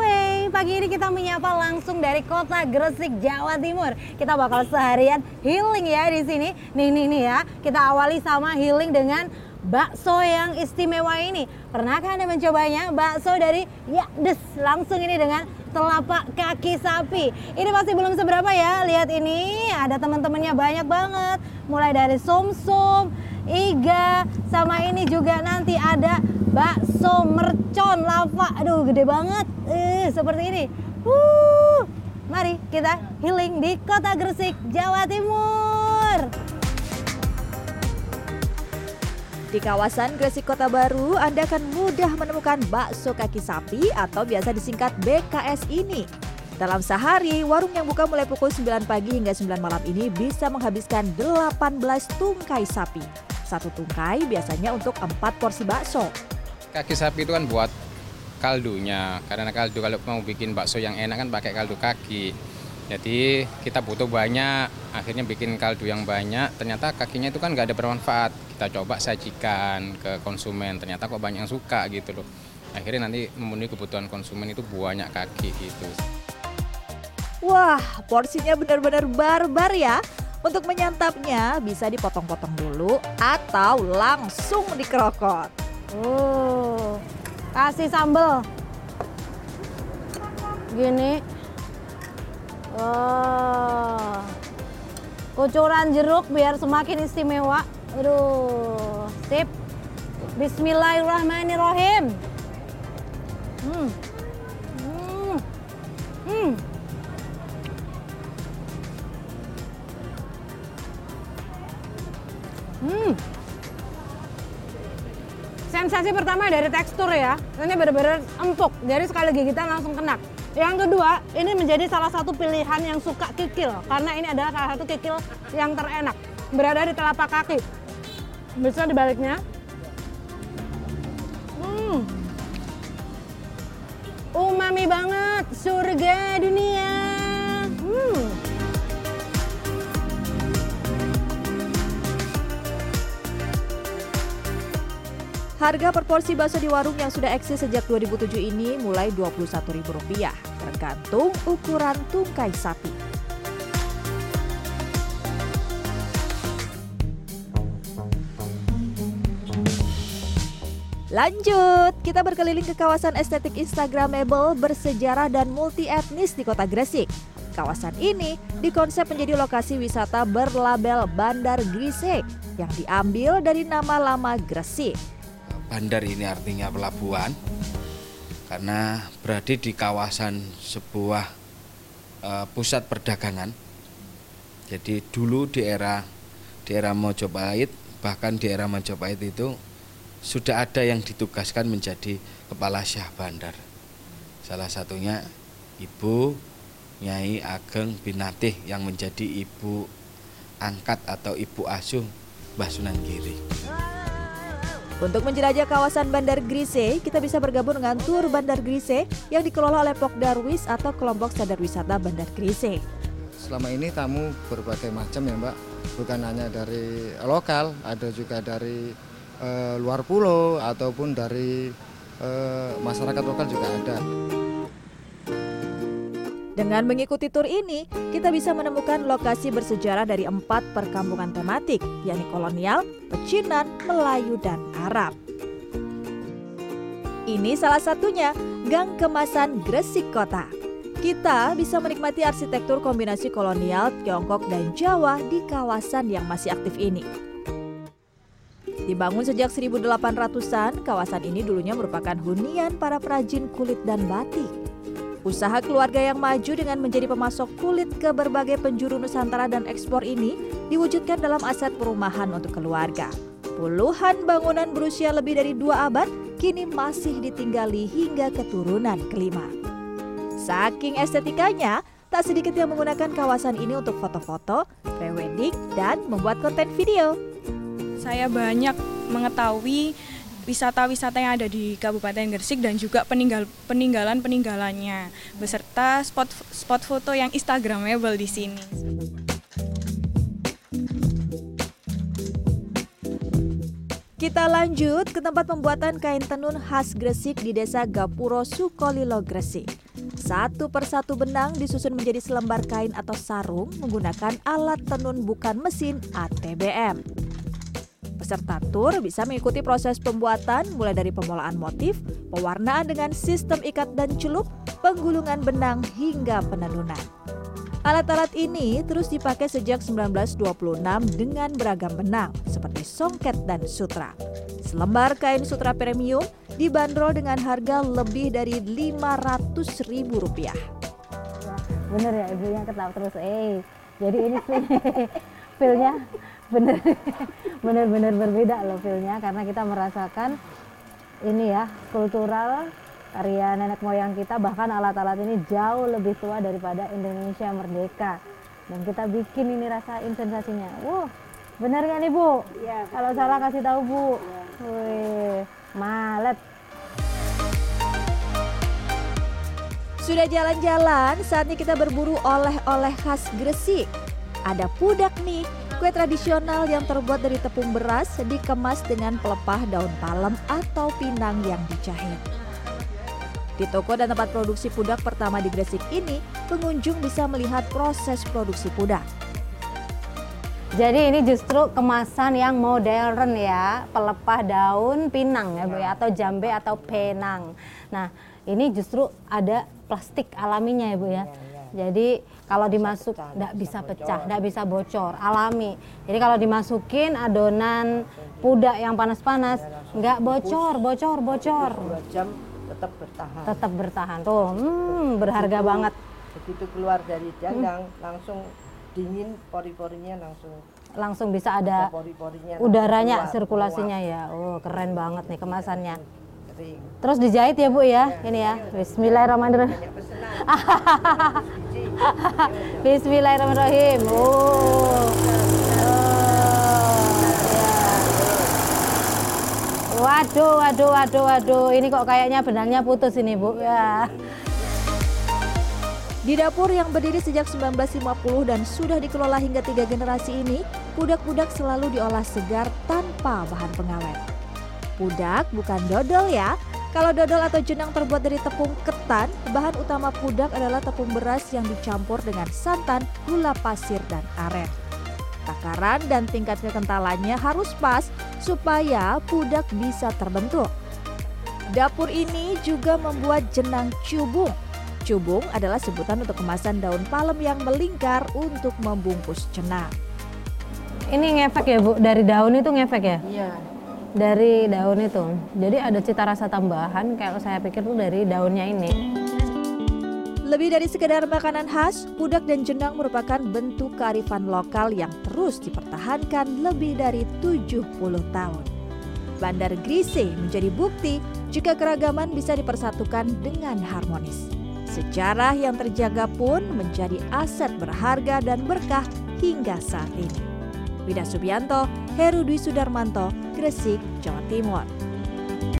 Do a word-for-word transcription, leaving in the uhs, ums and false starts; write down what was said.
Anyway, pagi ini kita menyapa langsung dari kota Gresik, Jawa Timur. Kita bakal seharian healing ya di sini. Nih nih nih ya, kita awali sama healing dengan bakso yang istimewa ini. Pernahkah Anda mencobanya? Bakso dari Yakdes, langsung ini dengan telapak kaki sapi. Ini masih belum seberapa ya. Lihat ini, ada teman-temannya banyak banget. Mulai dari sumsum, iga, sama ini juga nanti ada bakso mercon lava. Aduh, gede banget. Eh, seperti ini. Wuh. Mari kita healing di kota Gresik, Jawa Timur. Di kawasan Gresik Kota Baru, Anda akan mudah menemukan bakso kaki sapi atau biasa disingkat B K S ini. Dalam sehari, warung yang buka mulai pukul sembilan pagi hingga sembilan malam ini bisa menghabiskan delapan belas tungkai sapi. Satu tungkai biasanya untuk empat porsi bakso. Kaki sapi itu kan buat kaldunya, karena kaldu kalau mau bikin bakso yang enak kan pakai kaldu kaki. Jadi kita butuh banyak, akhirnya bikin kaldu yang banyak, ternyata kakinya itu kan nggak ada bermanfaat. Kita coba sajikan ke konsumen, ternyata kok banyak yang suka gitu loh. Akhirnya nanti memenuhi kebutuhan konsumen itu banyak kaki gitu. Wah, porsinya benar-benar barbar ya. Untuk menyantapnya bisa dipotong-potong dulu atau langsung dikerokot. Oh, kasih sambal. Gini. Oh, kucuran jeruk biar semakin istimewa. Aduh, sip. Bismillahirrahmanirrahim. Hmm. Hmm. Hmm. Hmm. Sensasi pertama dari tekstur ya. Ini benar-benar empuk. Jadi sekali gigitan langsung kena. Yang kedua, ini menjadi salah satu pilihan yang suka kikil. Karena ini adalah salah satu kikil yang terenak. Berada di telapak kaki. Bisa dibaliknya. Hmm. Umami banget, surga dunia. Hmm. Harga per porsi bakso di warung yang sudah eksis sejak dua ribu tujuh ini mulai dua puluh satu ribu rupiah, tergantung ukuran tungkai sapi. Lanjut, kita berkeliling ke kawasan estetik Instagramable bersejarah dan multi etnis di kota Gresik. Kawasan ini dikonsep menjadi lokasi wisata berlabel Bandar Gresik yang diambil dari nama lama Gresik. Bandar ini artinya pelabuhan karena berada di kawasan sebuah uh, pusat perdagangan. Jadi dulu di era di era Majapahit, bahkan di era Majapahit itu sudah ada yang ditugaskan menjadi kepala Syah Bandar. Salah satunya Ibu Nyai Ageng Binatih yang menjadi ibu angkat atau ibu asuh Mbah Sunan Giri. Untuk menjelajah kawasan Bandar Gresik, kita bisa bergabung dengan tur Bandar Gresik yang dikelola oleh Pokdarwis atau kelompok sadar wisata Bandar Gresik. Selama ini tamu berbagai macam ya Mbak, bukan hanya dari lokal, ada juga dari e, luar pulau ataupun dari e, masyarakat lokal juga ada. Dengan mengikuti tur ini, kita bisa menemukan lokasi bersejarah dari empat perkampungan tematik, yakni kolonial, pecinan, Melayu, dan Arab. Ini salah satunya, Gang Kemasan Gresik Kota. Kita bisa menikmati arsitektur kombinasi kolonial, Tiongkok, dan Jawa di kawasan yang masih aktif ini. Dibangun sejak seribu delapan ratusan, kawasan ini dulunya merupakan hunian para perajin kulit dan batik. Usaha keluarga yang maju dengan menjadi pemasok kulit ke berbagai penjuru Nusantara dan ekspor ini diwujudkan dalam aset perumahan untuk keluarga. Puluhan bangunan berusia lebih dari dua abad kini masih ditinggali hingga keturunan kelima. Saking estetikanya, tak sedikit yang menggunakan kawasan ini untuk foto-foto, pre-wedding, dan membuat konten video. Saya banyak mengetahui wisata-wisata yang ada di Kabupaten Gresik dan juga peninggal, peninggalan-peninggalannya beserta spot spot foto yang instagramable di sini. Kita lanjut ke tempat pembuatan kain tenun khas Gresik di Desa Gapuro, Sukolilo, Gresik. Satu persatu benang disusun menjadi selembar kain atau sarung menggunakan alat tenun bukan mesin A T B M. Peserta tur bisa mengikuti proses pembuatan mulai dari pemoloaan motif, pewarnaan dengan sistem ikat dan celup, penggulungan benang hingga penenunan. Alat-alat ini terus dipakai sejak seribu sembilan ratus dua puluh enam dengan beragam benang seperti songket dan sutra. Selembar kain sutra premium dibanderol dengan harga lebih dari lima ratus ribu rupiah. Bener ya ibunya ketawa terus. Eh, jadi ini feel-nya bener bener-bener berbeda loh feel-nya karena kita merasakan ini ya kultural karya nenek moyang kita, bahkan alat-alat ini jauh lebih tua daripada Indonesia merdeka. Dan kita bikin ini rasain sensasinya. Wow, bener kan Ibu? Iya. Kalau salah kasih tahu Bu. Ya. Wih, malet. Sudah jalan-jalan, saatnya kita berburu oleh-oleh khas Gresik. Ada pudak nih, kue tradisional yang terbuat dari tepung beras dikemas dengan pelepah daun palem atau pinang yang dijahit. Di toko dan tempat produksi pudak pertama di Gresik ini, pengunjung bisa melihat proses produksi pudak. Jadi ini justru kemasan yang modern ya, pelepah daun pinang ya Bu ya, atau jambe atau penang. Nah, ini justru ada plastik alaminya ya Bu ya. Jadi kalau dimasuk nggak bisa pecah, nggak bisa bocor, alami. Jadi kalau dimasukin adonan pudak yang panas-panas, nggak bocor, bocor, bocor. dua jam tetap bertahan. Tetap bertahan tuh, hmm, berharga begitu, banget. Begitu keluar dari dangdang, hmm. langsung dingin, pori-porinya langsung. Langsung bisa ada pori-porinya udaranya, keluar, sirkulasinya keluar. ya. Oh, keren banget nih kemasannya. Kering. Terus dijahit ya Bu ya, ya ini ya. Bismillahirrahmanirrahim. Bismillahirrahmanirrahim. Oh. Oh. Waduh, waduh, waduh, waduh. Ini kok kayaknya benangnya putus ini Bu. Ya. Di dapur yang berdiri sejak seribu sembilan ratus lima puluh dan sudah dikelola hingga tiga generasi ini, pudak-pudak selalu diolah segar tanpa bahan pengawet. Pudak bukan dodol ya. Kalau dodol atau jenang terbuat dari tepung ketan, bahan utama pudak adalah tepung beras yang dicampur dengan santan, gula pasir, dan aren. Takaran dan tingkat kekentalannya harus pas supaya pudak bisa terbentuk. Dapur ini juga membuat jenang cubung. Cubung adalah sebutan untuk kemasan daun palem yang melingkar untuk membungkus jenang. Ini ngefek ya Bu, dari daun itu ngefek ya? Iya. Dari daun itu. Jadi ada cita rasa tambahan kalau saya pikir tuh dari daunnya ini. Lebih dari sekedar makanan khas, pudak dan jenang merupakan bentuk kearifan lokal yang terus dipertahankan lebih dari tujuh puluh tahun. Bandar Gresik menjadi bukti jika keragaman bisa dipersatukan dengan harmonis. Sejarah yang terjaga pun menjadi aset berharga dan berkah hingga saat ini. Wida Subianto, Heru Dwi Sudarmanto, Gresik, Jawa Timur.